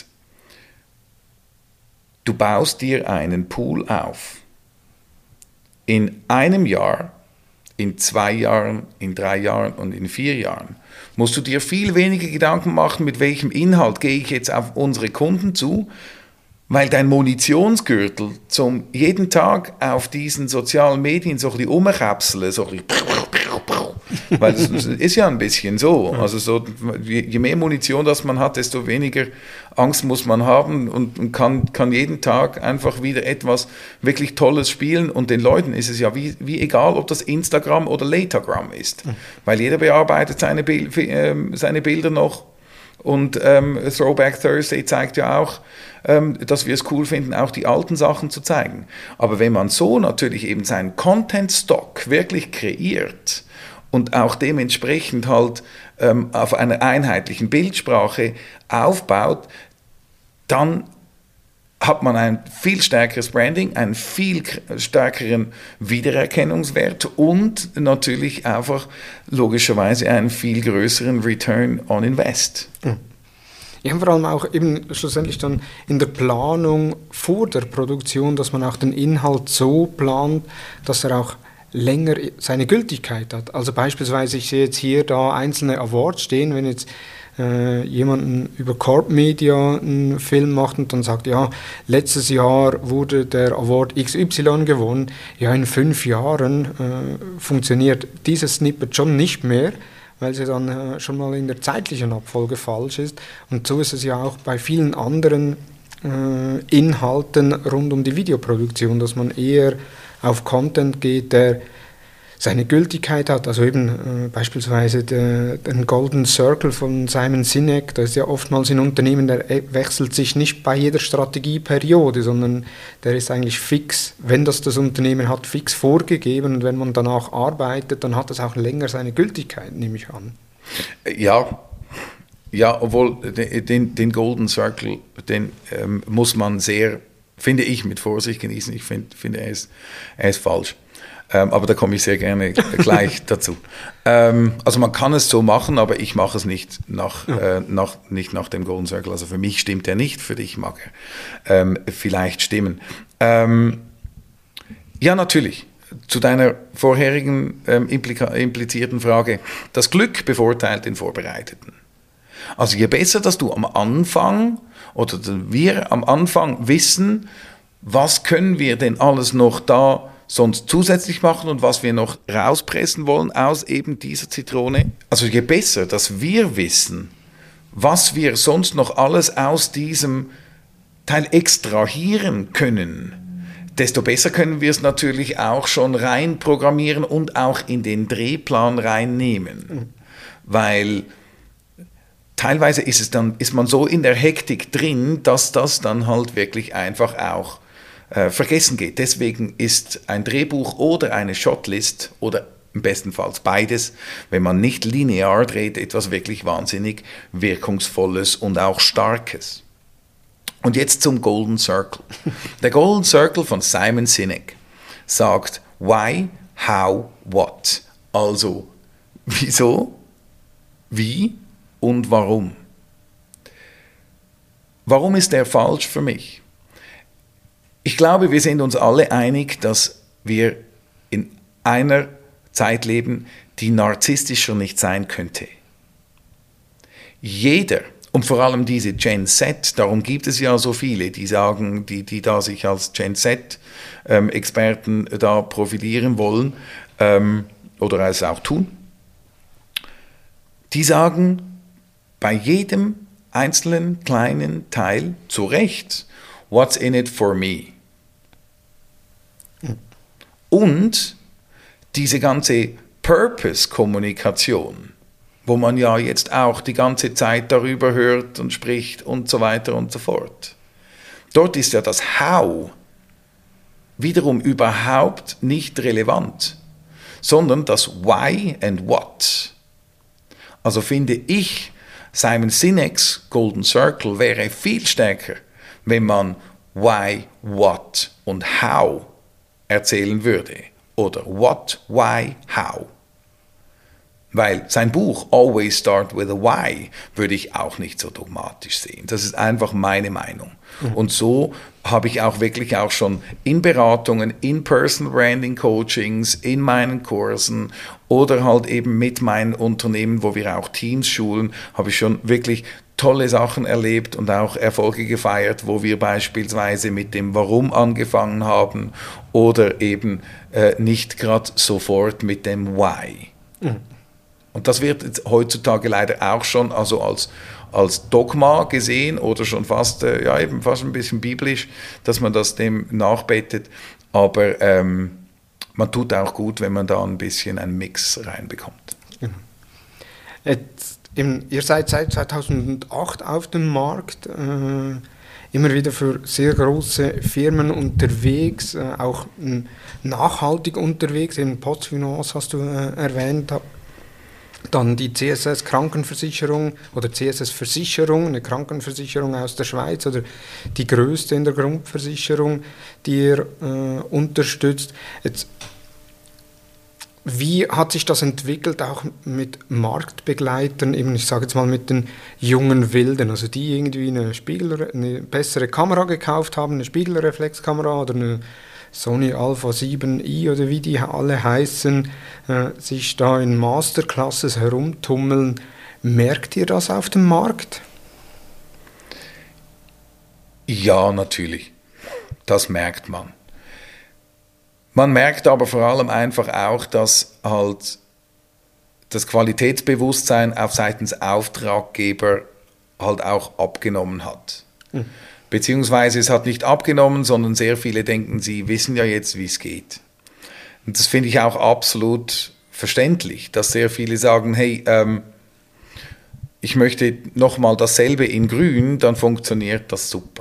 du baust dir einen Pool auf. In einem Jahr, in zwei Jahren, in drei Jahren und in vier Jahren musst du dir viel weniger Gedanken machen, mit welchem Inhalt gehe ich jetzt auf unsere Kunden zu, weil dein Munitionsgürtel zum jeden Tag auf diesen sozialen Medien so ein bisschen rumkapseln, so ein bisschen, weil das ist ja ein bisschen so. Also so, je mehr Munition das man hat, desto weniger Angst muss man haben und kann, kann jeden Tag einfach wieder etwas wirklich Tolles spielen. Und den Leuten ist es ja wie, wie egal, ob das Instagram oder Latagram ist, weil jeder bearbeitet seine, Bild, äh, seine Bilder noch. Und ähm, Throwback Thursday zeigt ja auch, ähm, dass wir es cool finden, auch die alten Sachen zu zeigen. Aber wenn man so natürlich eben seinen Content-Stock wirklich kreiert und auch dementsprechend halt ähm, auf einer einheitlichen Bildsprache aufbaut, dann hat man ein viel stärkeres Branding, einen viel stärkeren Wiedererkennungswert und natürlich einfach logischerweise einen viel größeren Return on Invest. Ja, vor allem auch eben schlussendlich dann in der Planung vor der Produktion, dass man auch den Inhalt so plant, dass er auch länger seine Gültigkeit hat. Also beispielsweise, ich sehe jetzt hier da einzelne Awards stehen, wenn jetzt äh, jemanden über Corp Media einen Film macht und dann sagt, ja, letztes Jahr wurde der Award X Y gewonnen, ja, in fünf Jahren äh, funktioniert dieses Snippet schon nicht mehr, weil sie dann äh, schon mal in der zeitlichen Abfolge falsch ist. Und so ist es ja auch bei vielen anderen äh, Inhalten rund um die Videoproduktion, dass man eher auf Content geht, der seine Gültigkeit hat, also eben äh, beispielsweise der, den Golden Circle von Simon Sinek, das ist ja oftmals in Unternehmen, der wechselt sich nicht bei jeder Strategieperiode, sondern der ist eigentlich fix, wenn das das Unternehmen hat, fix vorgegeben und wenn man danach arbeitet, dann hat das auch länger seine Gültigkeit, nehme ich an. Ja, ja, obwohl den, den Golden Circle, den ähm, muss man sehr, finde ich, mit Vorsicht genießen. Ich find, finde, er ist, er ist falsch. Ähm, aber da komme ich sehr gerne gleich dazu. Ähm, also man kann es so machen, aber ich mache es nicht nach, äh, nach, nicht nach dem Golden Circle. Also für mich stimmt er nicht, für dich mag er ähm, vielleicht stimmen. Ähm, ja, natürlich. Zu deiner vorherigen ähm, implika- implizierten Frage. Das Glück bevorteilt den Vorbereiteten. Also je besser, dass du am Anfang oder wir am Anfang wissen, was können wir denn alles noch da sonst zusätzlich machen und was wir noch rauspressen wollen aus eben dieser Zitrone. Also je besser, dass wir wissen, was wir sonst noch alles aus diesem Teil extrahieren können, desto besser können wir es natürlich auch schon rein programmieren und auch in den Drehplan reinnehmen. Mhm. Weil teilweise ist es dann, ist man so in der Hektik drin, dass das dann halt wirklich einfach auch äh, vergessen geht. Deswegen ist ein Drehbuch oder eine Shotlist oder im bestenfalls beides, wenn man nicht linear dreht, etwas wirklich wahnsinnig Wirkungsvolles und auch Starkes. Und jetzt zum Golden Circle. Der Golden Circle von Simon Sinek sagt why, how, what. Also wieso, wie und warum. Warum ist der falsch für mich? Ich glaube, wir sind uns alle einig, dass wir in einer Zeit leben, die narzisstischer nicht sein könnte. Jeder, und vor allem diese Gen Z, darum gibt es ja so viele, die sagen, die, die da sich als Gen Z-Experten ähm, da profilieren wollen ähm, oder es auch tun, die sagen bei jedem einzelnen kleinen Teil zu Recht, what's in it for me? Und diese ganze Purpose-Kommunikation, wo man ja jetzt auch die ganze Zeit darüber hört und spricht und so weiter und so fort. Dort ist ja das How wiederum überhaupt nicht relevant, sondern das Why and What. Also finde ich, Simon Sinek's Golden Circle wäre viel stärker, wenn man Why, What und How erzählen würde. Oder What, Why, How. Weil sein Buch Always Start with a Why würde ich auch nicht so dogmatisch sehen. Das ist einfach meine Meinung. Mhm. Und so habe ich auch wirklich auch schon in Beratungen, in Personal Branding Coachings, in meinen Kursen oder halt eben mit meinen Unternehmen, wo wir auch Teams schulen, habe ich schon wirklich tolle Sachen erlebt und auch Erfolge gefeiert, wo wir beispielsweise mit dem Warum angefangen haben oder eben äh, nicht gerade sofort mit dem Why. Mhm. Und das wird jetzt heutzutage leider auch schon also als, als Dogma gesehen oder schon fast, äh, ja, eben fast ein bisschen biblisch, dass man das dem nachbetet. Aber ähm, man tut auch gut, wenn man da ein bisschen einen Mix reinbekommt. Mhm. Jetzt, eben, ihr seid seit zweitausendacht auf dem Markt, äh, immer wieder für sehr große Firmen unterwegs, äh, auch äh, nachhaltig unterwegs, eben Postfinance hast du äh, erwähnt. Dann die C S S Krankenversicherung oder C S S Versicherung, eine Krankenversicherung aus der Schweiz oder die größte in der Grundversicherung, die ihr äh, unterstützt. Jetzt, wie hat sich das entwickelt, auch mit Marktbegleitern, eben ich sage jetzt mal mit den jungen Wilden, also die irgendwie eine, Spiegel, eine bessere Kamera gekauft haben, eine Spiegelreflexkamera oder eine Sony Alpha sieben i oder wie die alle heißen, äh, sich da in Masterclasses herumtummeln. Merkt ihr das auf dem Markt? Ja, natürlich. Das merkt man. Man merkt aber vor allem einfach auch, dass halt das Qualitätsbewusstsein auf seitens Auftraggeber halt auch abgenommen hat. Mhm. Beziehungsweise es hat nicht abgenommen, sondern sehr viele denken, sie wissen ja jetzt, wie es geht. Und das finde ich auch absolut verständlich, dass sehr viele sagen, hey, ähm, ich möchte nochmal dasselbe in grün, dann funktioniert das super.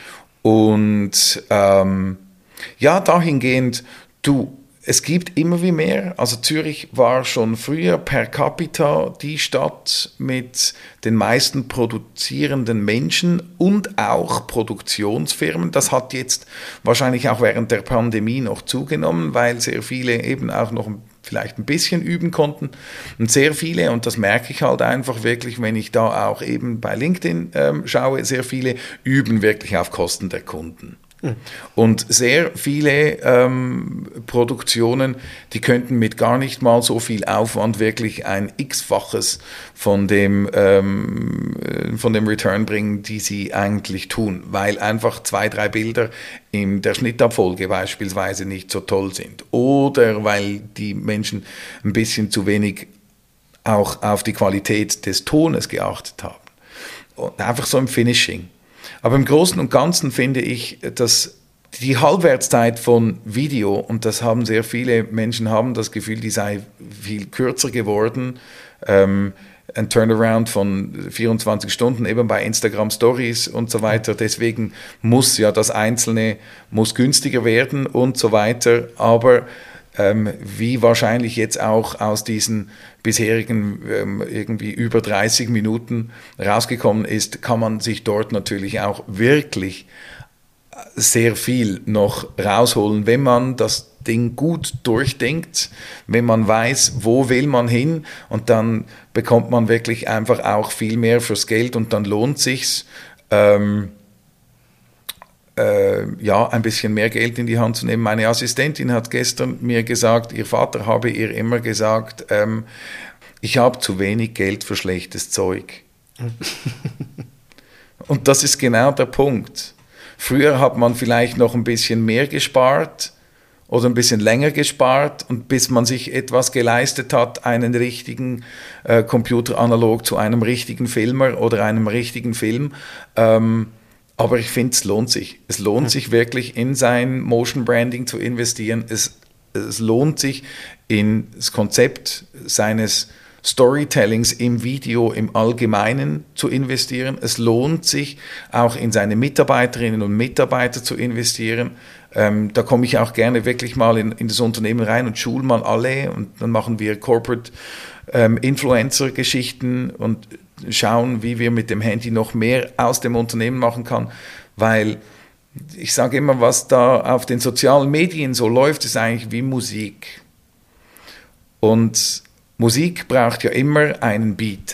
Und ähm, ja, dahingehend, du, es gibt immer wie mehr, also Zürich war schon früher per capita die Stadt mit den meisten produzierenden Menschen und auch Produktionsfirmen. Das hat jetzt wahrscheinlich auch während der Pandemie noch zugenommen, weil sehr viele eben auch noch vielleicht ein bisschen üben konnten. Und sehr viele, und das merke ich halt einfach wirklich, wenn ich da auch eben bei LinkedIn ähm, schaue, sehr viele üben wirklich auf Kosten der Kunden. Und sehr viele ähm, Produktionen, die könnten mit gar nicht mal so viel Aufwand wirklich ein x-faches von dem, ähm, von dem Return bringen, die sie eigentlich tun, weil einfach zwei, drei Bilder in der Schnittabfolge beispielsweise nicht so toll sind oder weil die Menschen ein bisschen zu wenig auch auf die Qualität des Tones geachtet haben. Und einfach so im Finishing. Aber im Großen und Ganzen finde ich, dass die Halbwertszeit von Video, und das haben sehr viele Menschen, haben das Gefühl, die sei viel kürzer geworden, ähm, ein Turnaround von vierundzwanzig Stunden, eben bei Instagram Stories und so weiter. Deswegen muss ja das Einzelne muss günstiger werden und so weiter. Aber ähm, wie wahrscheinlich jetzt auch aus diesen bisherigen ähm, irgendwie über dreißig Minuten rausgekommen ist, kann man sich dort natürlich auch wirklich sehr viel noch rausholen, wenn man das Ding gut durchdenkt, wenn man weiß, wo will man hin, und dann bekommt man wirklich einfach auch viel mehr fürs Geld und dann lohnt sich's. Ähm, äh, ja, ein bisschen mehr Geld in die Hand zu nehmen. Meine Assistentin hat gestern mir gesagt, ihr Vater habe ihr immer gesagt, ähm, ich habe zu wenig Geld für schlechtes Zeug. Und das ist genau der Punkt. Früher hat man vielleicht noch ein bisschen mehr gespart oder ein bisschen länger gespart und bis man sich etwas geleistet hat, einen richtigen äh, Computer analog zu einem richtigen Filmer oder einem richtigen Film. Ähm, aber ich finde, es lohnt sich. Es lohnt mhm. sich wirklich, in sein Motion Branding zu investieren. Es, es lohnt sich, in das Konzept seines Storytellings im Video im Allgemeinen zu investieren. Es lohnt sich, auch in seine Mitarbeiterinnen und Mitarbeiter zu investieren. Ähm, da komme ich auch gerne wirklich mal in, in das Unternehmen rein und schule mal alle und dann machen wir Corporate ähm, Influencer-Geschichten und schauen, wie wir mit dem Handy noch mehr aus dem Unternehmen machen kann, weil ich sage immer, was da auf den sozialen Medien so läuft, ist eigentlich wie Musik. Und Musik braucht ja immer einen Beat.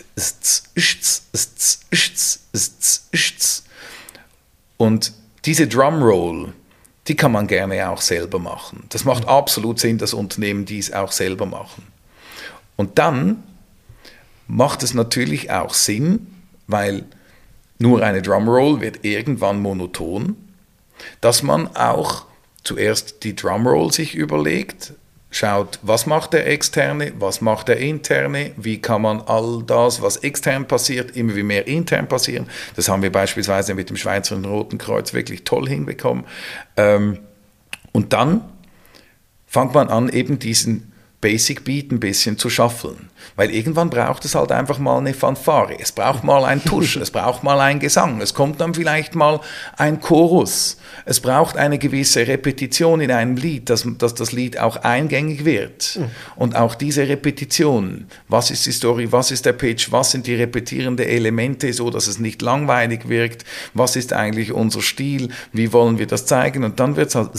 Und diese Drumroll, die kann man gerne auch selber machen. Das macht absolut Sinn, dass Unternehmen dies auch selber machen. Und dann macht es natürlich auch Sinn, weil nur eine Drumroll wird irgendwann monoton, dass man auch zuerst die Drumroll sich überlegt, schaut, was macht der Externe, was macht der Interne, wie kann man all das, was extern passiert, immer wie mehr intern passieren. Das haben wir beispielsweise mit dem Schweizer Roten Kreuz wirklich toll hinbekommen. Und dann fängt man an, eben diesen Basic Beat ein bisschen zu schaffeln. Weil irgendwann braucht es halt einfach mal eine Fanfare. Es braucht mal ein Tusch, es braucht mal ein Gesang, es kommt dann vielleicht mal ein Chorus. Es braucht eine gewisse Repetition in einem Lied, dass, dass das Lied auch eingängig wird. Mhm. Und auch diese Repetition, was ist die Story, was ist der Pitch, was sind die repetierenden Elemente, so dass es nicht langweilig wirkt, was ist eigentlich unser Stil, wie wollen wir das zeigen, und dann wird es halt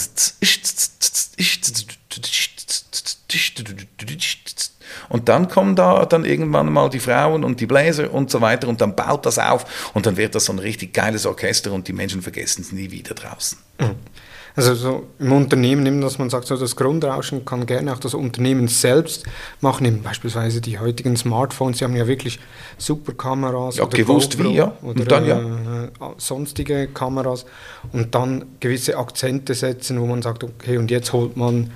und dann kommen da dann irgendwann mal die Frauen und die Bläser und so weiter und dann baut das auf und dann wird das so ein richtig geiles Orchester und die Menschen vergessen es nie wieder draußen. Also so im Unternehmen, dass man sagt, so das Grundrauschen kann gerne auch das Unternehmen selbst machen, eben beispielsweise die heutigen Smartphones, die haben ja wirklich super Kameras. Ja, oder gewusst GoPro wie, ja. Oder und dann, ja. Äh, sonstige Kameras und dann gewisse Akzente setzen, wo man sagt, okay, und jetzt holt man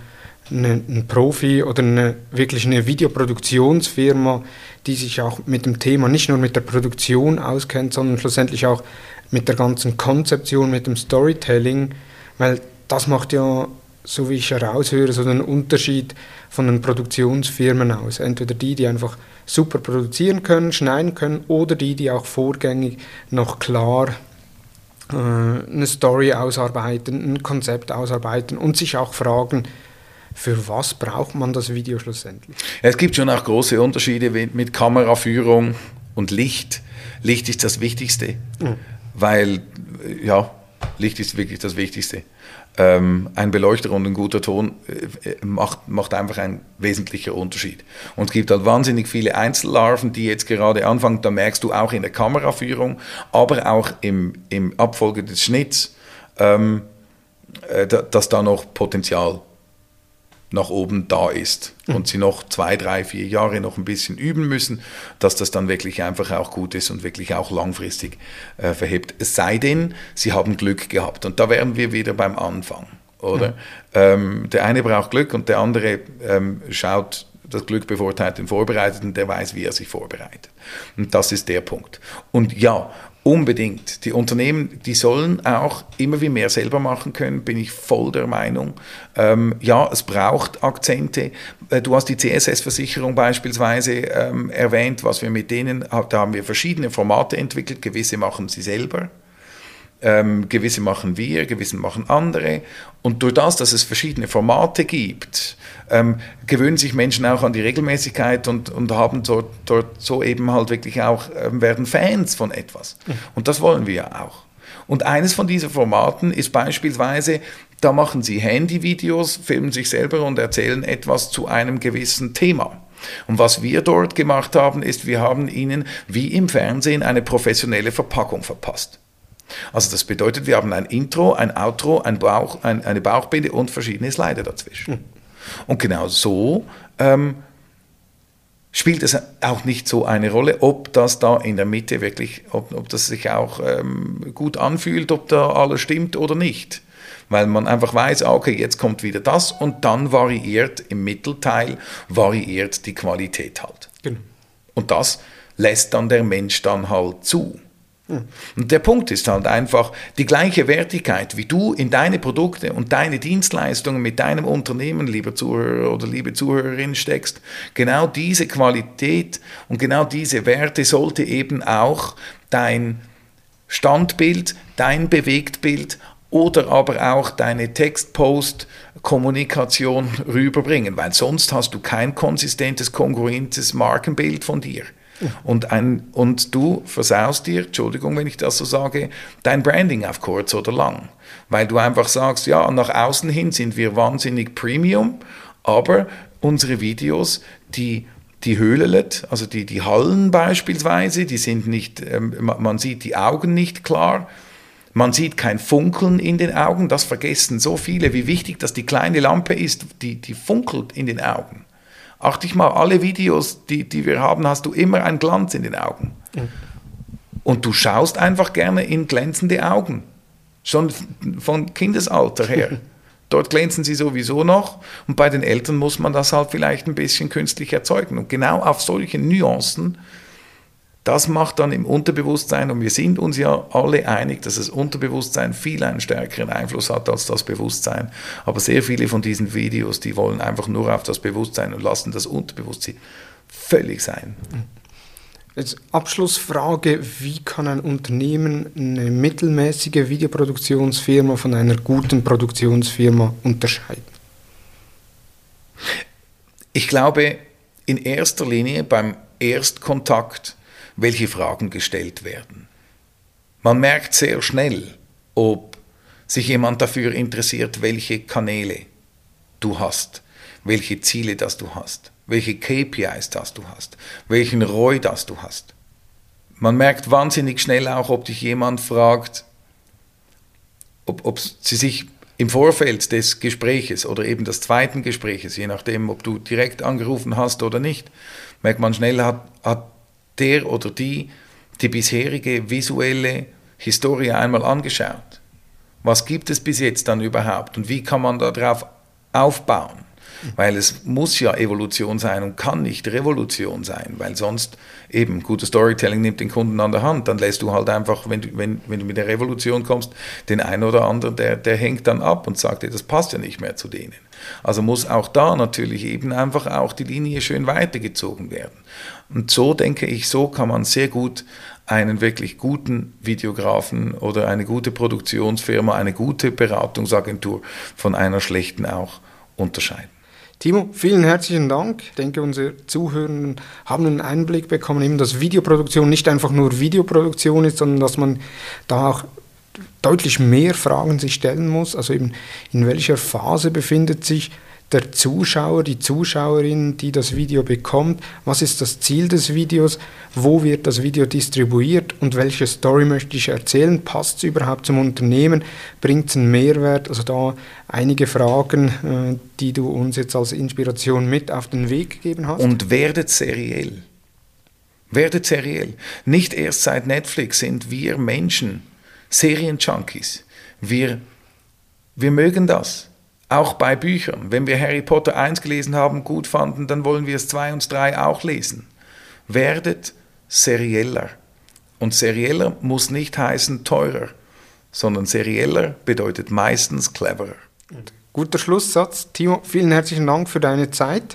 ein Profi oder eine, wirklich eine Videoproduktionsfirma, die sich auch mit dem Thema nicht nur mit der Produktion auskennt, sondern schlussendlich auch mit der ganzen Konzeption, mit dem Storytelling, weil das macht ja, so wie ich heraushöre, so einen Unterschied von den Produktionsfirmen aus. Entweder die, die einfach super produzieren können, schneiden können, oder die, die auch vorgängig noch klar äh, eine Story ausarbeiten, ein Konzept ausarbeiten und sich auch fragen, für was braucht man das Video schlussendlich? Es gibt schon auch große Unterschiede mit Kameraführung und Licht. Licht ist das Wichtigste, mhm. weil, ja, Licht ist wirklich das Wichtigste. Ähm, ein Beleuchter und ein guter Ton äh, macht, macht einfach einen wesentlichen Unterschied. Und es gibt halt wahnsinnig viele Einzellarven, die jetzt gerade anfangen, da merkst du auch in der Kameraführung, aber auch im, im Abfolge des Schnitts, ähm, äh, dass da noch Potenzial nach oben da ist und sie noch zwei, drei, vier Jahre noch ein bisschen üben müssen, dass das dann wirklich einfach auch gut ist und wirklich auch langfristig äh, verhebt. Es sei denn, sie haben Glück gehabt. Und da wären wir wieder beim Anfang, oder? Mhm. Ähm, der eine braucht Glück und der andere ähm, schaut das Glück bevorteilt den Vorbereiteten, der weiß, wie er sich vorbereitet. Und das ist der Punkt. Und ja, unbedingt. Die Unternehmen, die sollen auch immer wie mehr selber machen können, bin ich voll der Meinung. Ähm, ja, es braucht Akzente. Du hast die C S S-Versicherung beispielsweise ähm, erwähnt, was wir mit denen, da haben wir verschiedene Formate entwickelt, gewisse machen sie selber. Ähm, gewisse machen wir, gewisse machen andere. Und durch das, dass es verschiedene Formate gibt, ähm, gewöhnen sich Menschen auch an die Regelmäßigkeit und, und haben dort, dort so eben halt wirklich auch, ähm, werden Fans von etwas. Und das wollen wir ja auch. Und eines von diesen Formaten ist beispielsweise, da machen sie Handyvideos, filmen sich selber und erzählen etwas zu einem gewissen Thema. Und was wir dort gemacht haben, ist, wir haben ihnen wie im Fernsehen eine professionelle Verpackung verpasst. Also das bedeutet, wir haben ein Intro, ein Outro, ein Bauch, ein, eine Bauchbinde und verschiedene Slider dazwischen. Mhm. Und genau so ähm, spielt es auch nicht so eine Rolle, ob das da in der Mitte wirklich, ob, ob das sich auch ähm, gut anfühlt, ob da alles stimmt oder nicht. Weil man einfach weiß, okay, jetzt kommt wieder das und dann variiert im Mittelteil, variiert die Qualität halt. Genau. Und das lässt dann der Mensch dann halt zu. Hm. Und der Punkt ist halt einfach, die gleiche Wertigkeit, wie du in deine Produkte und deine Dienstleistungen mit deinem Unternehmen, lieber Zuhörer oder liebe Zuhörerin, steckst, genau diese Qualität und genau diese Werte sollte eben auch dein Standbild, dein Bewegtbild oder aber auch deine Text-Post-Kommunikation rüberbringen, weil sonst hast du kein konsistentes, kongruentes Markenbild von dir. Und, ein, und du versaust dir, Entschuldigung, wenn ich das so sage, dein Branding auf kurz oder lang. Weil du einfach sagst, ja, nach außen hin sind wir wahnsinnig Premium, aber unsere Videos, die die höhlet, also die, die hallen beispielsweise, die sind nicht, ähm, man sieht die Augen nicht klar, man sieht kein Funkeln in den Augen, das vergessen so viele, wie wichtig das die kleine Lampe ist, die, die funkelt in den Augen. Achte ich mal, alle Videos, die, die wir haben, hast du immer einen Glanz in den Augen. Mhm. Und du schaust einfach gerne in glänzende Augen. Schon von Kindesalter her. Dort glänzen sie sowieso noch. Und bei den Eltern muss man das halt vielleicht ein bisschen künstlich erzeugen. Und genau auf solche Nuancen, das macht dann im Unterbewusstsein, und wir sind uns ja alle einig, dass das Unterbewusstsein viel einen stärkeren Einfluss hat als das Bewusstsein. Aber sehr viele von diesen Videos, die wollen einfach nur auf das Bewusstsein und lassen das Unterbewusstsein völlig sein. Jetzt Abschlussfrage, wie kann ein Unternehmen eine mittelmäßige Videoproduktionsfirma von einer guten Produktionsfirma unterscheiden? Ich glaube, in erster Linie beim Erstkontakt, welche Fragen gestellt werden. Man merkt sehr schnell, ob sich jemand dafür interessiert, welche Kanäle du hast, welche Ziele das du hast, welche K P Is das du hast, welchen R O I das du hast. Man merkt wahnsinnig schnell auch, ob dich jemand fragt, ob, ob sie sich im Vorfeld des Gespräches oder eben des zweiten Gespräches, je nachdem, ob du direkt angerufen hast oder nicht, merkt man schnell, hat, hat der oder die die bisherige visuelle Historie einmal angeschaut. Was gibt es bis jetzt dann überhaupt und wie kann man darauf aufbauen? Weil es muss ja Evolution sein und kann nicht Revolution sein, weil sonst eben gutes Storytelling nimmt den Kunden an der Hand, dann lässt du halt einfach, wenn du, wenn, wenn du mit der Revolution kommst, den einen oder anderen, der, der hängt dann ab und sagt dir, das passt ja nicht mehr zu denen. Also muss auch da natürlich eben einfach auch die Linie schön weitergezogen werden. Und so denke ich, so kann man sehr gut einen wirklich guten Videografen oder eine gute Produktionsfirma, eine gute Beratungsagentur von einer schlechten auch unterscheiden. Timo, vielen herzlichen Dank. Ich denke, unsere Zuhörer haben einen Einblick bekommen, eben, dass Videoproduktion nicht einfach nur Videoproduktion ist, sondern dass man da auch deutlich mehr Fragen sich stellen muss. Also eben, in welcher Phase befindet sich der Zuschauer, die Zuschauerin, die das Video bekommt? Was ist das Ziel des Videos? Wo wird das Video distribuiert? Und welche Story möchte ich erzählen? Passt es überhaupt zum Unternehmen? Bringt es einen Mehrwert? Also da einige Fragen, die du uns jetzt als Inspiration mit auf den Weg gegeben hast. Und werdet seriell. Werdet seriell. Nicht erst seit Netflix sind wir Menschen Serienjunkies. Wir, wir mögen das. Auch bei Büchern. Wenn wir Harry Potter eins gelesen haben, gut fanden, dann wollen wir es zwei und drei auch lesen. Werdet serieller. Und serieller muss nicht heißen teurer, sondern serieller bedeutet meistens cleverer. Guter Schlusssatz. Timo, vielen herzlichen Dank für deine Zeit.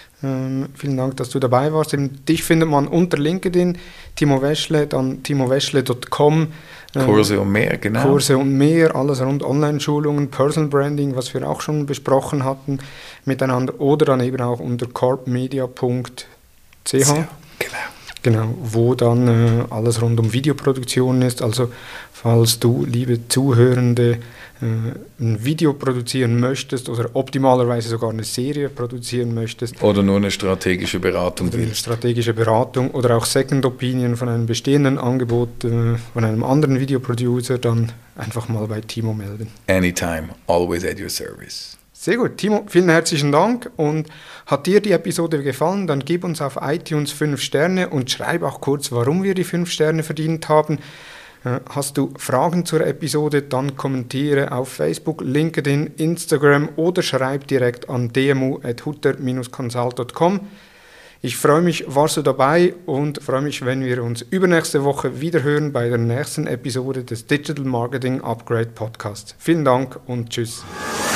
Ähm, vielen Dank, dass du dabei warst. Eben, dich findet man unter LinkedIn, Timo Weschle, dann timo weschle punkt com. Kurse und mehr, genau. Kurse und mehr, alles rund Online-Schulungen, Personal Branding, was wir auch schon besprochen hatten miteinander, oder dann eben auch unter corpmedia punkt c h. Genau. Genau, wo dann äh, alles rund um Videoproduktion ist. Also falls du, liebe Zuhörende, äh, ein Video produzieren möchtest oder optimalerweise sogar eine Serie produzieren möchtest. Oder nur eine strategische Beratung. Oder eine strategische Beratung oder auch Second Opinion von einem bestehenden Angebot äh, von einem anderen Videoproducer, dann einfach mal bei Timo melden. Anytime, always at your service. Sehr gut, Timo, vielen herzlichen Dank, und hat dir die Episode gefallen, dann gib uns auf iTunes fünf Sterne und schreib auch kurz, warum wir die fünf Sterne verdient haben. Äh, hast du Fragen zur Episode, dann kommentiere auf Facebook, LinkedIn, Instagram oder schreib direkt an d m u at hutter dash consult dot com. Ich freue mich, warst du dabei, und freue mich, wenn wir uns übernächste Woche wieder hören bei der nächsten Episode des Digital Marketing Upgrade Podcasts. Vielen Dank und tschüss.